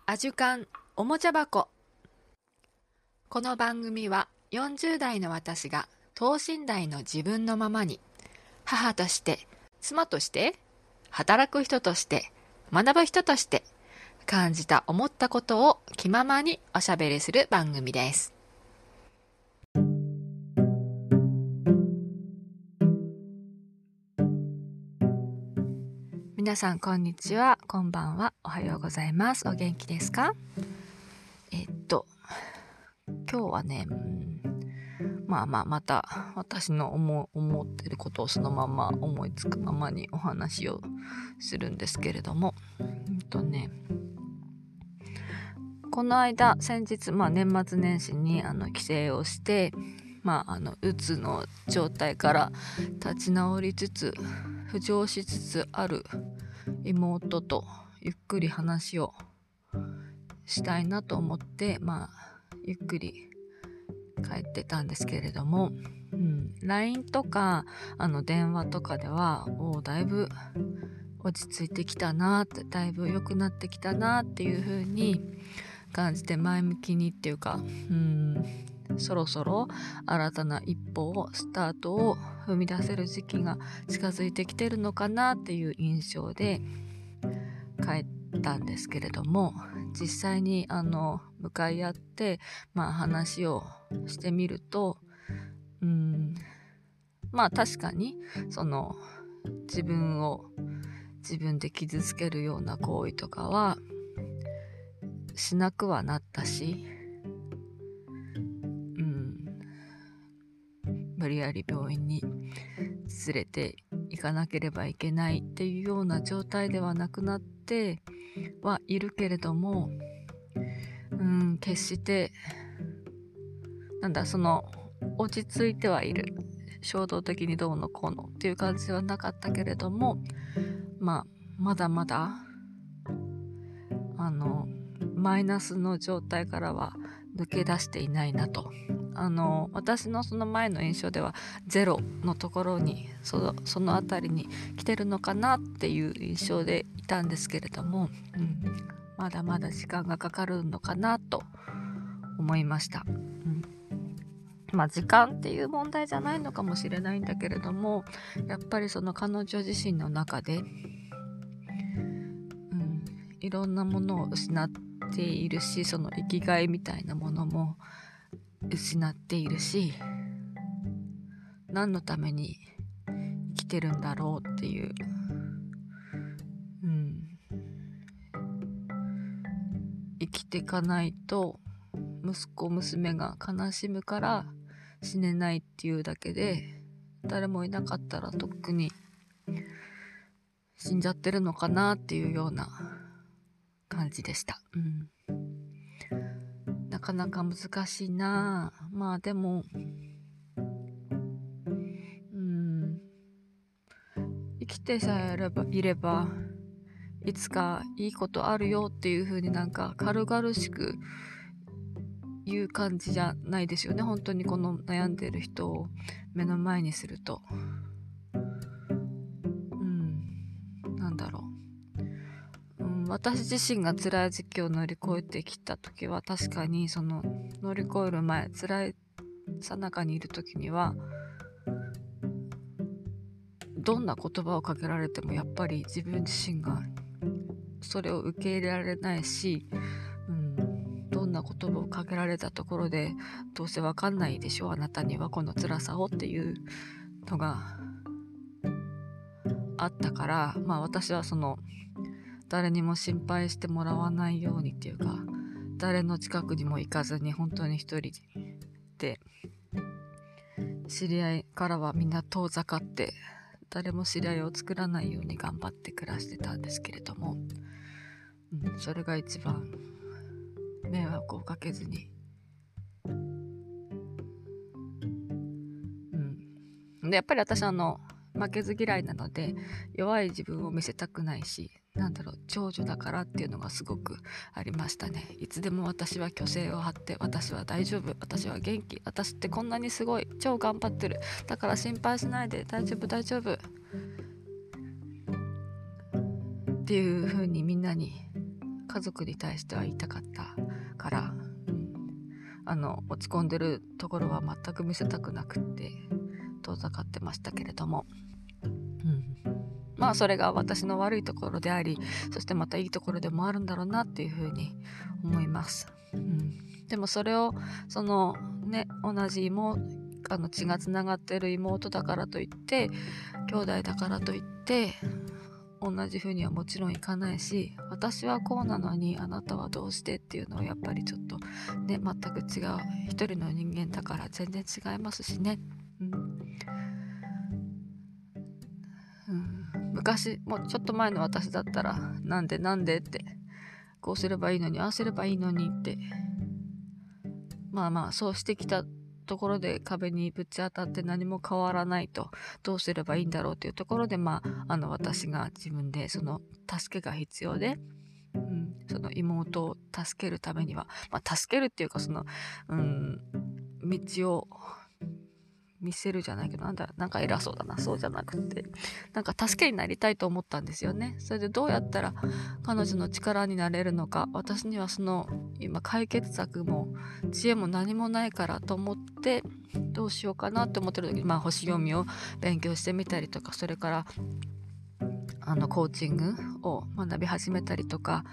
アジュカンおもちゃ箱。この番組は40代の私が等身大の自分のままに、母として、妻として、働く人として、学ぶ人として感じた思ったことを気ままにおしゃべりする番組です。皆さんこんにちは、こんばんは、おはようございます。お元気ですか？今日はね、また私の思ってることをそのまま思いつくままにお話をするんですけれども、この間先日、年末年始に帰省をして、うつの状態から立ち直りつつ浮上しつつある妹とゆっくり話をしたいなと思って、ゆっくり帰ってたんですけれども、LINE とか電話とかではだいぶ落ち着いてきたなって、だいぶ良くなってきたなっていう風に感じて、前向きにっていうか、そろそろ新たな一歩をスタートを踏み出せる時期が近づいてきてるのかなっていう印象で帰ったんですけれども、実際に向かい合って、話をしてみると、確かにその自分を自分で傷つけるような行為とかはしなくはなったし、無理やり病院に連れて行かなければいけないっていうような状態ではなくなってはいるけれども、決して落ち着いてはいる、衝動的にどうのこうのっていう感じではなかったけれども、まだまだマイナスの状態からは抜け出していないなと。私のその前の印象ではゼロのところに、そのあたりに来てるのかなっていう印象でいたんですけれども、まだまだ時間がかかるのかなと思いました。時間っていう問題じゃないのかもしれないんだけれども、やっぱりその彼女自身の中で、いろんなものを失っているし、その生きがいみたいなものも失っているし、何のために生きてるんだろうっていう、生きていかないと息子娘が悲しむから死ねないっていうだけで、誰もいなかったらとっくに死んじゃってるのかなっていうような感じでした。なかなか難しいな。でも生きてさえいればいつかいいことあるよっていう風に軽々しく言う感じじゃないですよね。本当にこの悩んでる人を目の前にすると、私自身が辛い時期を乗り越えてきた時は、確かにその乗り越える前、辛いさなかにいる時には、どんな言葉をかけられてもやっぱり自分自身がそれを受け入れられないし、どんな言葉をかけられたところでどうせわかんないでしょ、あなたにはこの辛さをっていうのがあったから、私はその誰にも心配してもらわないようにっていうか、誰の近くにも行かずに本当に一人で、知り合いからはみんな遠ざかって誰も知り合いを作らないように頑張って暮らしてたんですけれども、それが一番迷惑をかけずに、でやっぱり私負けず嫌いなので、弱い自分を見せたくないし、長女だからっていうのがすごくありましたね。いつでも私は虚勢を張って、私は大丈夫、私は元気、私ってこんなにすごい、超頑張ってる、だから心配しないで、大丈夫大丈夫っていう風にみんなに家族に対しては言いたかったから、落ち込んでるところは全く見せたくなくって遠ざかってましたけれども、まあそれが私の悪いところであり、そしてまたいいところでもあるんだろうなっていうふうに思います。でもそれをそのね、同じ血がつながってる妹だからといって、兄弟だからといって同じ風にはもちろんいかないし、私はこうなのにあなたはどうしてっていうのはやっぱりちょっとね、全く違う、一人の人間だから全然違いますしね。昔もうちょっと前の私だったらなんでってこうすればいいのにああすればいいのにってそうしてきたところで壁にぶち当たって何も変わらないとどうすればいいんだろうというところで私が自分でその助けが必要で、その妹を助けるためには、助けるっていうかその道を見せるじゃないけど、なんか偉そうだな、そうじゃなくてなんか助けになりたいと思ったんですよね。それでどうやったら彼女の力になれるのか、私にはその今解決策も知恵も何もないからと思って、どうしようかなって思ってる時に星読みを勉強してみたりとか、それからコーチングを学び始めたりとか、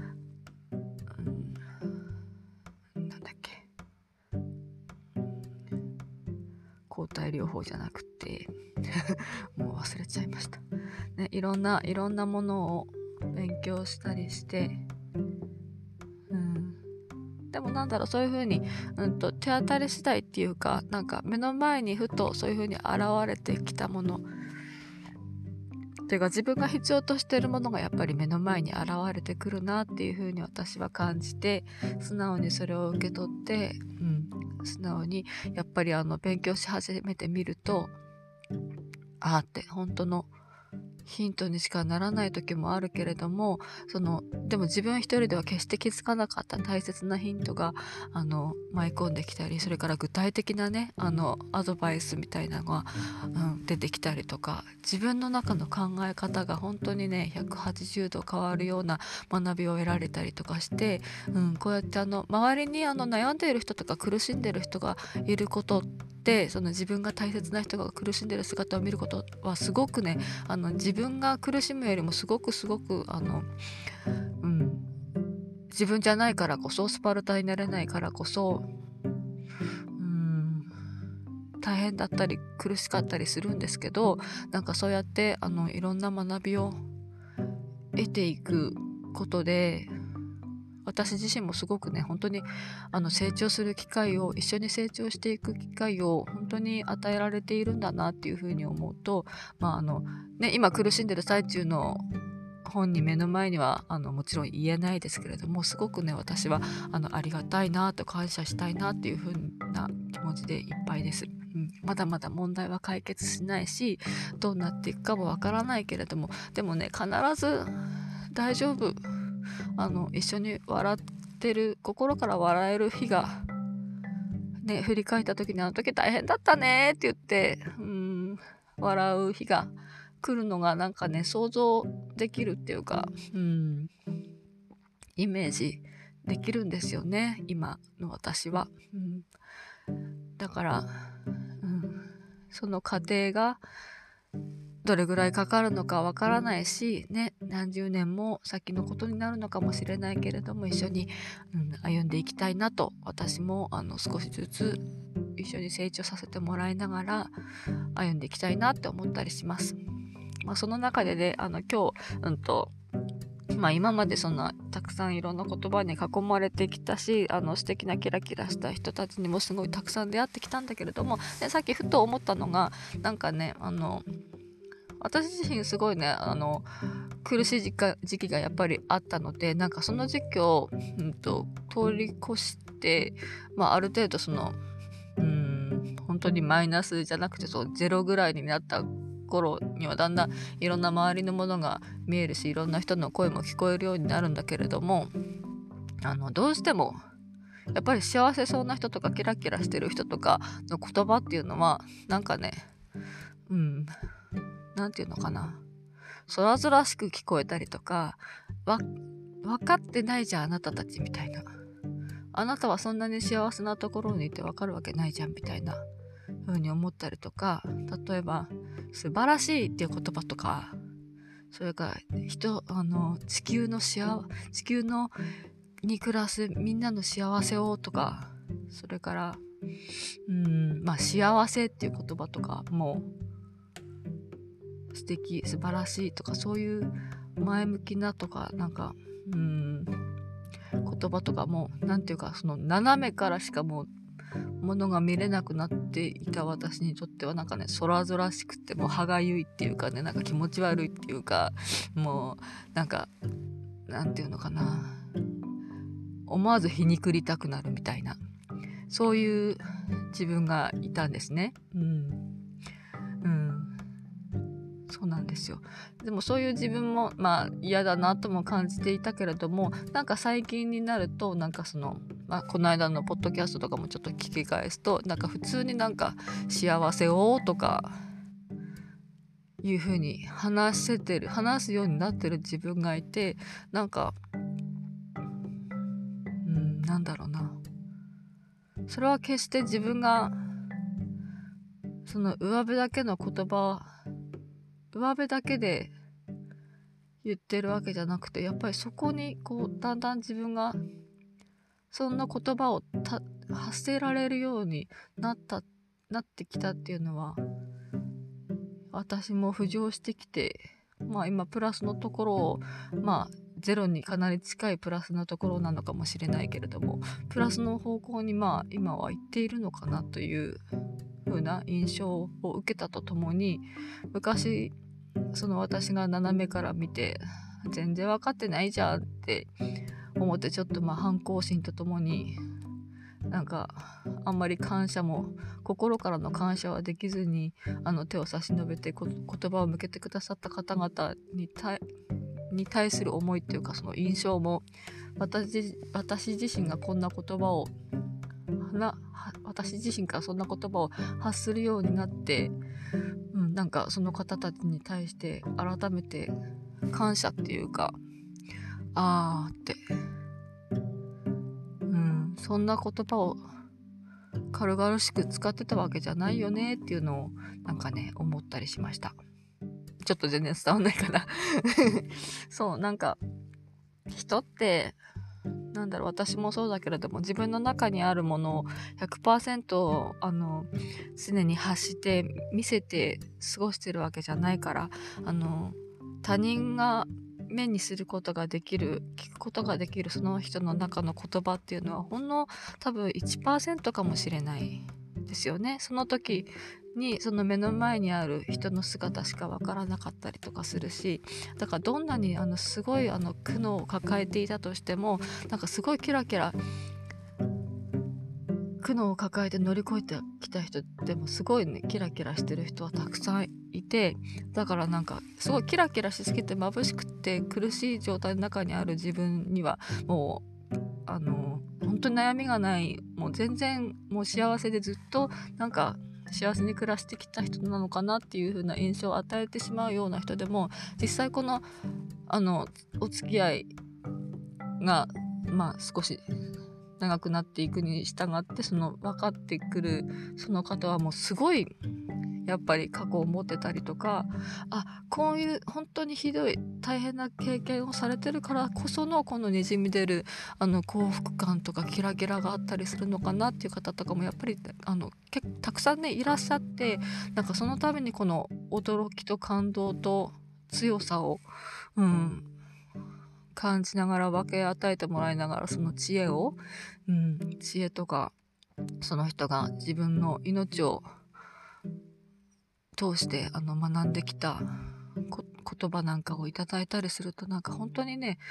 抗体療法じゃなくてもう忘れちゃいました、ね、いろんなものを勉強したりして、でもそういう風に、手当たり次第っていうか、なんか目の前にふとそういう風に現れてきたものというか、自分が必要としているものがやっぱり目の前に現れてくるなっていう風に私は感じて、素直にそれを受け取って、素直にやっぱり勉強し始めてみると、って本当のヒントにしかならない時もあるけれども、でも自分一人では決して気づかなかった大切なヒントが舞い込んできたり、それから具体的なねアドバイスみたいなのが、出てきたりとか、自分の中の考え方が本当にね180度変わるような学びを得られたりとかして、こうやって周りに悩んでいる人とか苦しんでいる人がいることで、その自分が大切な人が苦しんでいる姿を見ることはすごくね、自分が苦しむよりもすごく自分じゃないからこそ、スパルタになれないからこそ、大変だったり苦しかったりするんですけど、そうやっていろんな学びを得ていくことで、私自身もすごくね、本当に成長する機会を、一緒に成長していく機会を本当に与えられているんだなっていうふうに思うと、今苦しんでる最中の本人目の前にはもちろん言えないですけれども、すごくね私はありがたいなと、感謝したいなっていうふうな気持ちでいっぱいです。まだまだ問題は解決しないし、どうなっていくかもわからないけれども、でもね必ず大丈夫、一緒に笑ってる、心から笑える日がね、振り返った時にあの時大変だったねって言って笑う日が来るのが想像できるっていうか、イメージできるんですよね、今の私は。だから、その過程がどれぐらいかかるのかわからないしね、何十年も先のことになるのかもしれないけれども、一緒に、歩んでいきたいなと、私も少しずつ一緒に成長させてもらいながら歩んでいきたいなって思ったりします。その中でね、今日今までそんなたくさんいろんな言葉に囲まれてきたし、素敵なキラキラした人たちにもすごいたくさん出会ってきたんだけれども、でさっきふと思ったのが、私自身すごいね苦しい時期がやっぱりあったので、その時期を、通り越して、ある程度本当にマイナスじゃなくてゼロぐらいになった頃には、だんだんいろんな周りのものが見えるし、いろんな人の声も聞こえるようになるんだけれども、どうしてもやっぱり幸せそうな人とかキラキラしてる人とかの言葉っていうのはなんていうのかな、空々しく聞こえたりとか、 分かってないじゃんあなたたちみたいな、あなたはそんなに幸せなところにいて分かるわけないじゃんみたいな風に思ったりとか、例えば素晴らしいっていう言葉とか、それから地球のに暮らすみんなの幸せをとか、それから幸せっていう言葉とかも素敵素晴らしいとか、そういう前向きなとか言葉とかもなんていうか、その斜めからしかもうものが見れなくなっていた私にとっては空々しくてもう歯がゆいっていうかね、気持ち悪いっていうか、もうなんていうのかな、思わず皮肉りたくなるみたいな、そういう自分がいたんですね。そうなんですよ。でもそういう自分も嫌だなとも感じていたけれども、最近になるとこの間のポッドキャストとかもちょっと聞き返すと、普通に幸せをとかいう風に話すようになってる自分がいて、なんだろうな、それは決して自分がその上辺だけで言ってるわけじゃなくて、やっぱりそこにだんだん自分がそんな言葉を発せられるようになってきたっていうのは、私も浮上してきて、今プラスのところをゼロにかなり近いプラスのところなのかもしれないけれども、プラスの方向に今は行っているのかなという風な印象を受けたとともに、昔その私が斜めから見て全然分かってないじゃんって思って、ちょっと反抗心とともにあんまり心からの感謝はできずに、手を差し伸べて言葉を向けてくださった方々に対する思いっていうか、その印象も私自身がこんな言葉を私自身からそんな言葉を発するようになって、その方たちに対して改めて感謝っていうか、ってそんな言葉を軽々しく使ってたわけじゃないよねっていうのを思ったりしました。ちょっと全然伝わんないかなそう人って私もそうだけれども、自分の中にあるものを 100% 常に発して見せて過ごしてるわけじゃないから、他人が目にすることができる、聞くことができるその人の中の言葉っていうのはほんの多分 1% かもしれないですよね。その時にその目の前にある人の姿しかわからなかったりとかするし、だからどんなにすごい苦悩を抱えていたとしても、すごいキラキラ苦悩を抱えて乗り越えてきた人でもすごいね、キラキラしてる人はたくさんいて、だからすごいキラキラしすぎて眩しくて苦しい状態の中にある自分にはもう本当に悩みがない、もう全然もう幸せでずっと幸せに暮らしてきた人なのかなっていう風な印象を与えてしまうような人でも、実際このお付き合いが少し長くなっていくに従って、その分かってくるその方はもうすごいやっぱり過去を持ってたりとか、こういう本当にひどい大変な経験をされてるからこそのこのにじみ出る幸福感とかキラキラがあったりするのかなっていう方とかもやっぱりたくさんねいらっしゃって、そのためにこの驚きと感動と強さを感じながら分け与えてもらいながら、その知恵とかその人が自分の命を通して学んできた言葉なんかをいただいたりすると、本当にね、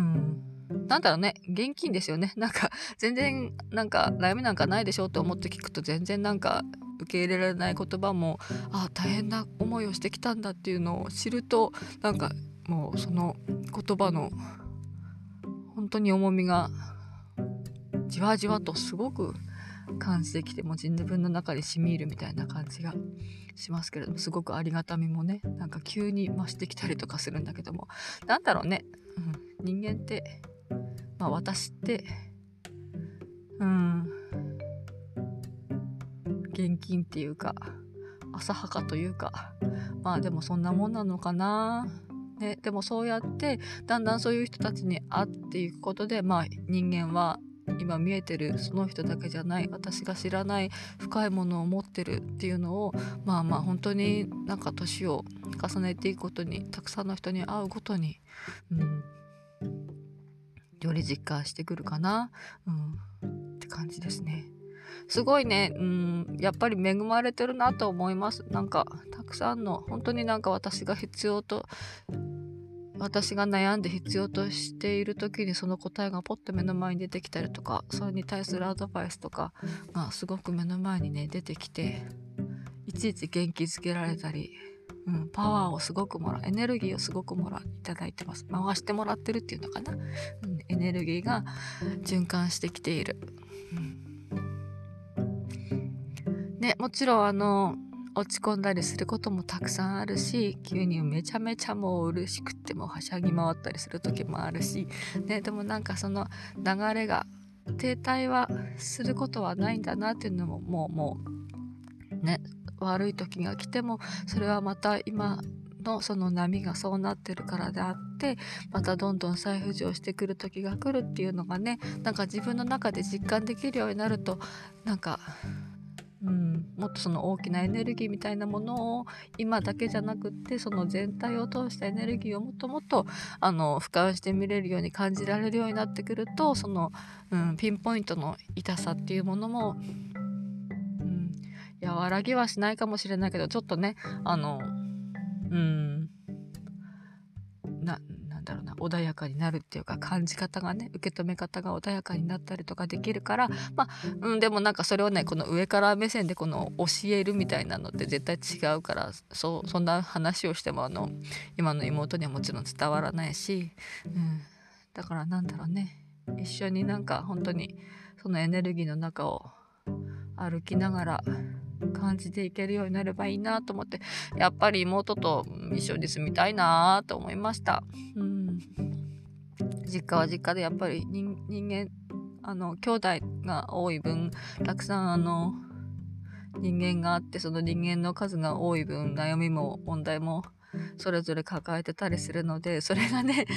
現金ですよね。全然悩みなんかないでしょって思って聞くと、全然受け入れられない言葉も大変な思いをしてきたんだっていうのを知ると、もうその言葉の本当に重みがじわじわとすごく感じてきて、もう自分の中で染み入るみたいな感じがしますけれども、すごくありがたみもね急に増してきたりとかするんだけども、 人間って、私って現金っていうか浅はかというか、でもそんなもんなのかな、ね。でもそうやってだんだんそういう人たちに会っていくことで、人間は今見えてるその人だけじゃない、私が知らない深いものを持ってるっていうのを本当になんか年を重ねていくことに、たくさんの人に会うごとに、より実感してくるかな、って感じですね。すごいね、やっぱり恵まれてるなと思います。なんかたくさんの本当になんか私が悩んで必要としている時にその答えがポッと目の前に出てきたりとか、それに対するアドバイスとかがすごく目の前にね出てきて、いちいち元気づけられたり、パワーをすごくエネルギーをすごくいただいてます。回してもらってるっていうのかな、エネルギーが循環してきている。もちろん落ち込んだりすることもたくさんあるし、急にめちゃめちゃもう嬉しくってもはしゃぎ回ったりする時もあるし、でもなんかその流れが停滞はすることはないんだなっていうのももうね、悪い時が来てもそれはまた今のその波がそうなってるからであって、またどんどん再浮上してくる時が来るっていうのがね、なんか自分の中で実感できるようになると、なんかもっとその大きなエネルギーみたいなものを今だけじゃなくって、その全体を通したエネルギーをもっともっと俯瞰して見れるように感じられるようになってくると、その、ピンポイントの痛さっていうものも、和らぎはしないかもしれないけど、ちょっとねなんだろうな、穏やかになるっていうか、感じ方がね、受け止め方が穏やかになったりとかできるから、でもなんかそれをね、この上から目線でこの教えるみたいなのって絶対違うから、そんな話をしても今の妹にはもちろん伝わらないし、だからなんだろうね、一緒になんか本当にそのエネルギーの中を歩きながら感じていけるようになればいいなと思って、やっぱり妹と一緒に住みたいなと思いました。実家は実家でやっぱり人間兄弟が多い分、たくさん人間があって、その人間の数が多い分悩みも問題もそれぞれ抱えてたりするので、それがね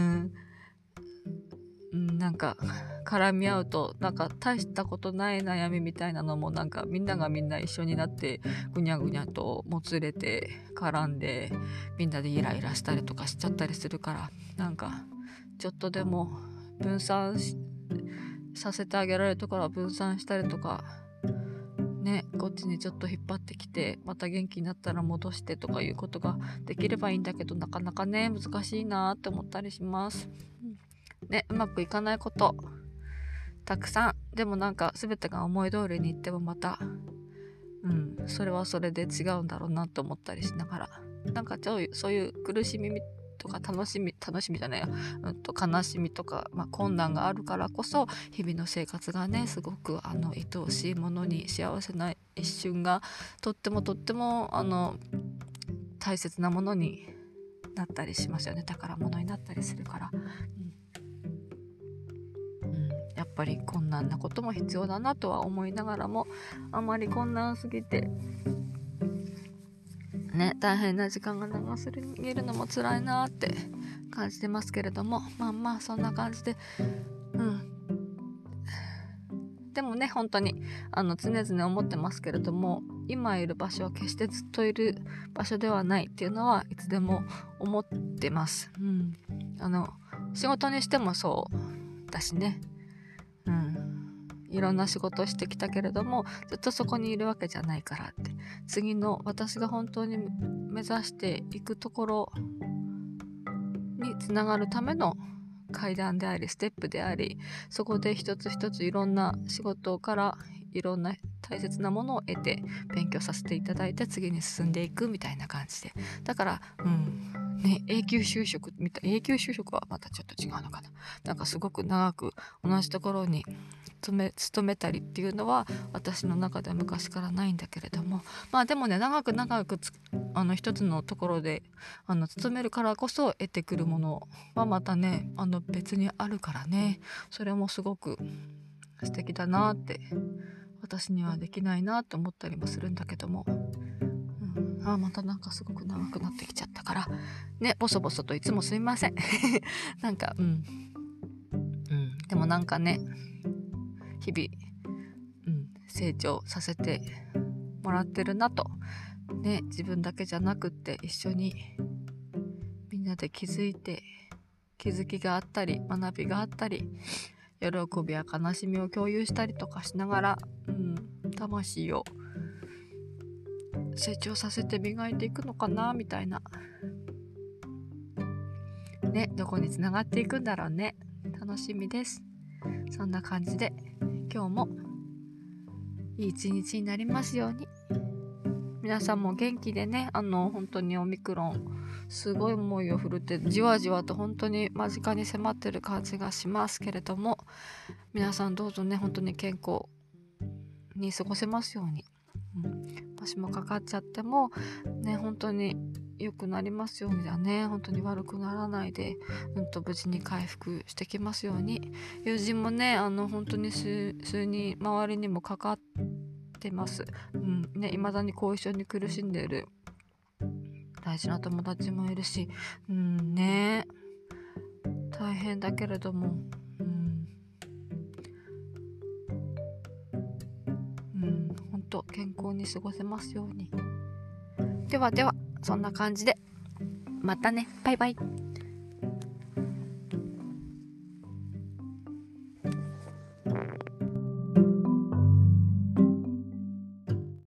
なんか絡み合うと、なんか大したことない悩みみたいなのもなんかみんながみんな一緒になってぐにゃぐにゃともつれて絡んで、みんなでイライラしたりとかしちゃったりするから、なんかちょっとでも分散させてあげられるところは分散したりとかね、こっちにちょっと引っ張ってきて、また元気になったら戻してとかいうことができればいいんだけど、なかなかね難しいなって思ったりします。うまくいかないことたくさん。でもなんか全てが思い通りにいってもまたそれはそれで違うんだろうなと思ったりしながら、なんかそういう苦しみとか楽しみじゃないや、悲しみとか、困難があるからこそ日々の生活がねすごく愛おしいものに、幸せな一瞬がとっても大切なものになったりしますよね。宝物になったりするから、やっぱり困難なことも必要だなとは思いながらも、あまり困難すぎてね、大変な時間が長すぎるのも辛いなって感じてますけれども、そんな感じででもね、本当に常々思ってますけれども、今いる場所は決してずっといる場所ではないっていうのはいつでも思ってます。仕事にしてもそうだしね、いろんな仕事をしてきたけれども、ずっとそこにいるわけじゃないからって、次の私が本当に目指していくところにつながるための階段でありステップであり、そこで一つ一ついろんな仕事からいろんな大切なものを得て勉強させていただいて、次に進んでいくみたいな感じで、だから永久就職はまたちょっと違うのかな、なんかすごく長く同じところに勤めたりっていうのは私の中では昔からないんだけれども、でもね、長く一つのところで勤めるからこそ得てくるものはまたね別にあるからね、それもすごく素敵だなって、私にはできないなと思ったりもするんだけども、またすごく長くなってきちゃったからね、ボソボソといつもすいませんでもね、日々、成長させてもらってるなとね、自分だけじゃなくって一緒にみんなで気づきがあったり学びがあったり、喜びや悲しみを共有したりとかしながら、魂を成長させて磨いていくのかなみたいなね、どこにつながっていくんだろうね、楽しみです。そんな感じで今日もいい一日になりますように。皆さんも元気でね、本当にオミクロンすごい猛威を振るってじわじわと本当に間近に迫ってる感じがしますけれども、皆さんどうぞね、本当に健康に過ごせますように、もしもかかっちゃってもね、本当に良くなりますようにだね、本当に悪くならないで無事に回復してきますように。友人もね本当に数人周りにもかかってます、未だに後遺症に苦しんでいる大事な友達もいるし、ね、大変だけれども、本当健康に過ごせますように。ではでは、そんな感じでまたね、バイバイ。